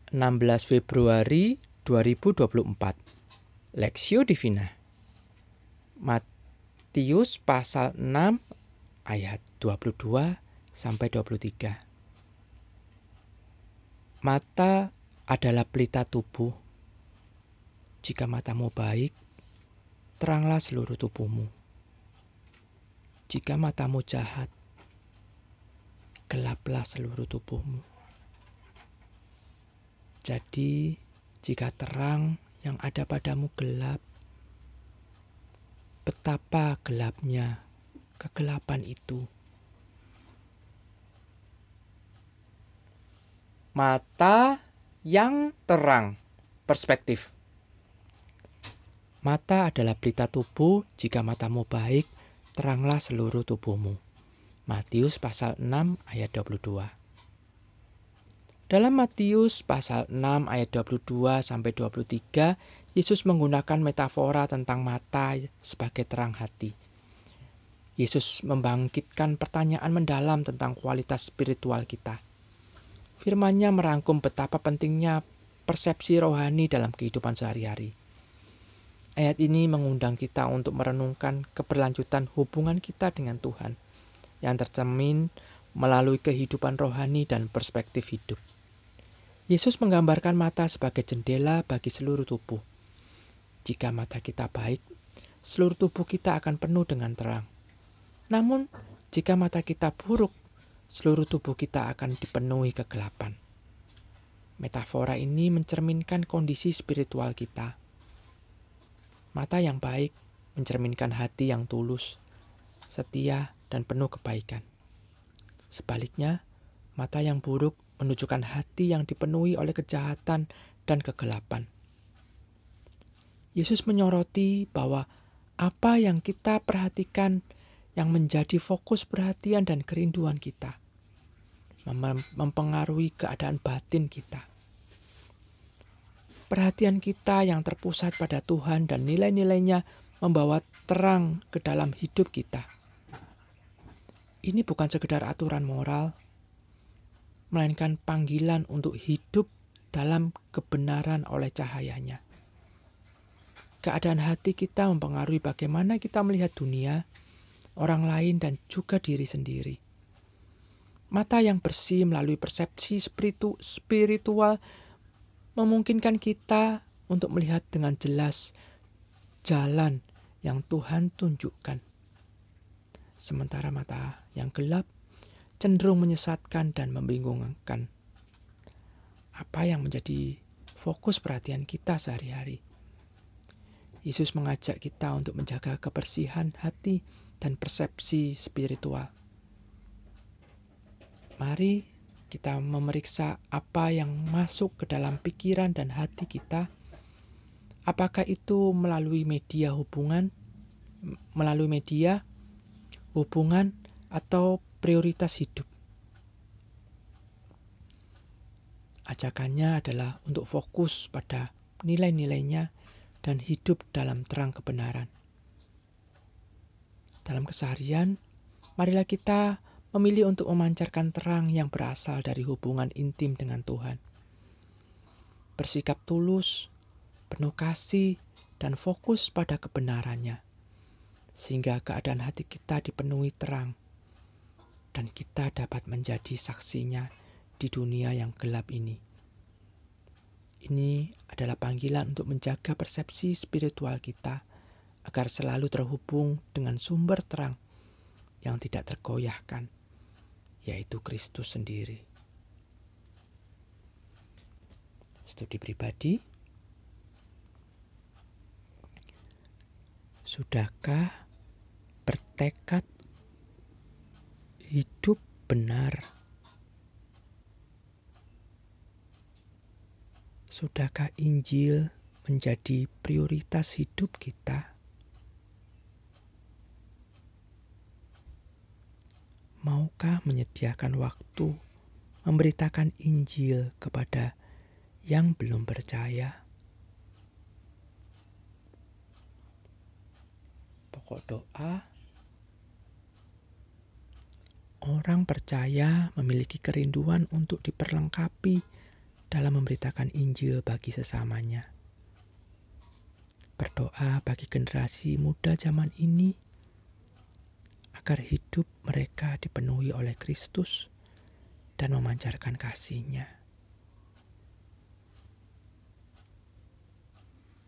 16 Februari 2024. Lexio Divina. Matius pasal 6 ayat 22 sampai 23. Mata adalah pelita tubuh. Jika matamu baik, teranglah seluruh tubuhmu. Jika matamu jahat, gelaplah seluruh tubuhmu. Jadi, jika terang yang ada padamu gelap, betapa gelapnya kegelapan itu. Mata yang terang. Perspektif. Mata adalah pelita tubuh. Jika matamu baik, teranglah seluruh tubuhmu. Matius pasal 6 ayat 22. Dalam Matius pasal 6 ayat 22 sampai 23, Yesus menggunakan metafora tentang mata sebagai terang hati. Yesus membangkitkan pertanyaan mendalam tentang kualitas spiritual kita. Firman-Nya merangkum betapa pentingnya persepsi rohani dalam kehidupan sehari-hari. Ayat ini mengundang kita untuk merenungkan keberlanjutan hubungan kita dengan Tuhan yang tercermin melalui kehidupan rohani dan perspektif hidup. Yesus menggambarkan mata sebagai jendela bagi seluruh tubuh. Jika mata kita baik, seluruh tubuh kita akan penuh dengan terang. Namun, jika mata kita buruk, seluruh tubuh kita akan dipenuhi kegelapan. Metafora ini mencerminkan kondisi spiritual kita. Mata yang baik mencerminkan hati yang tulus, setia, dan penuh kebaikan. Sebaliknya, mata yang buruk menunjukkan hati yang dipenuhi oleh kejahatan dan kegelapan. Yesus menyoroti bahwa apa yang kita perhatikan yang menjadi fokus perhatian dan kerinduan kita mempengaruhi keadaan batin kita. Perhatian kita yang terpusat pada Tuhan dan nilai-nilainya membawa terang ke dalam hidup kita. Ini bukan sekedar aturan moral, melainkan panggilan untuk hidup dalam kebenaran oleh cahayanya. Keadaan hati kita mempengaruhi bagaimana kita melihat dunia, orang lain, dan juga diri sendiri. Mata yang bersih melalui persepsi spiritual memungkinkan kita untuk melihat dengan jelas jalan yang Tuhan tunjukkan. Sementara mata yang gelap cenderung menyesatkan dan membingungkan. Apa yang menjadi fokus perhatian kita sehari-hari? Yesus mengajak kita untuk menjaga kebersihan hati dan persepsi spiritual. Mari kita memeriksa apa yang masuk ke dalam pikiran dan hati kita. Apakah itu melalui media hubungan, atau prioritas hidup. Ajakannya adalah untuk fokus pada nilai-nilainya dan hidup dalam terang kebenaran. Dalam keseharian, marilah kita memilih untuk memancarkan terang yang berasal dari hubungan intim dengan Tuhan. Bersikap tulus, penuh kasih, dan fokus pada kebenarannya, sehingga keadaan hati kita dipenuhi terang, dan kita dapat menjadi saksinya di dunia yang gelap ini. Ini adalah panggilan untuk menjaga persepsi spiritual kita agar selalu terhubung dengan sumber terang yang tidak tergoyahkan, yaitu Kristus sendiri. Studi pribadi. Sudahkah bertekad hidup benar? Sudahkah Injil menjadi prioritas hidup kita? Maukah menyediakan waktu memberitakan Injil kepada yang belum percaya? Pokok doa, orang percaya memiliki kerinduan untuk diperlengkapi dalam memberitakan Injil bagi sesamanya. Berdoa bagi generasi muda zaman ini agar hidup mereka dipenuhi oleh Kristus dan memancarkan kasih-Nya.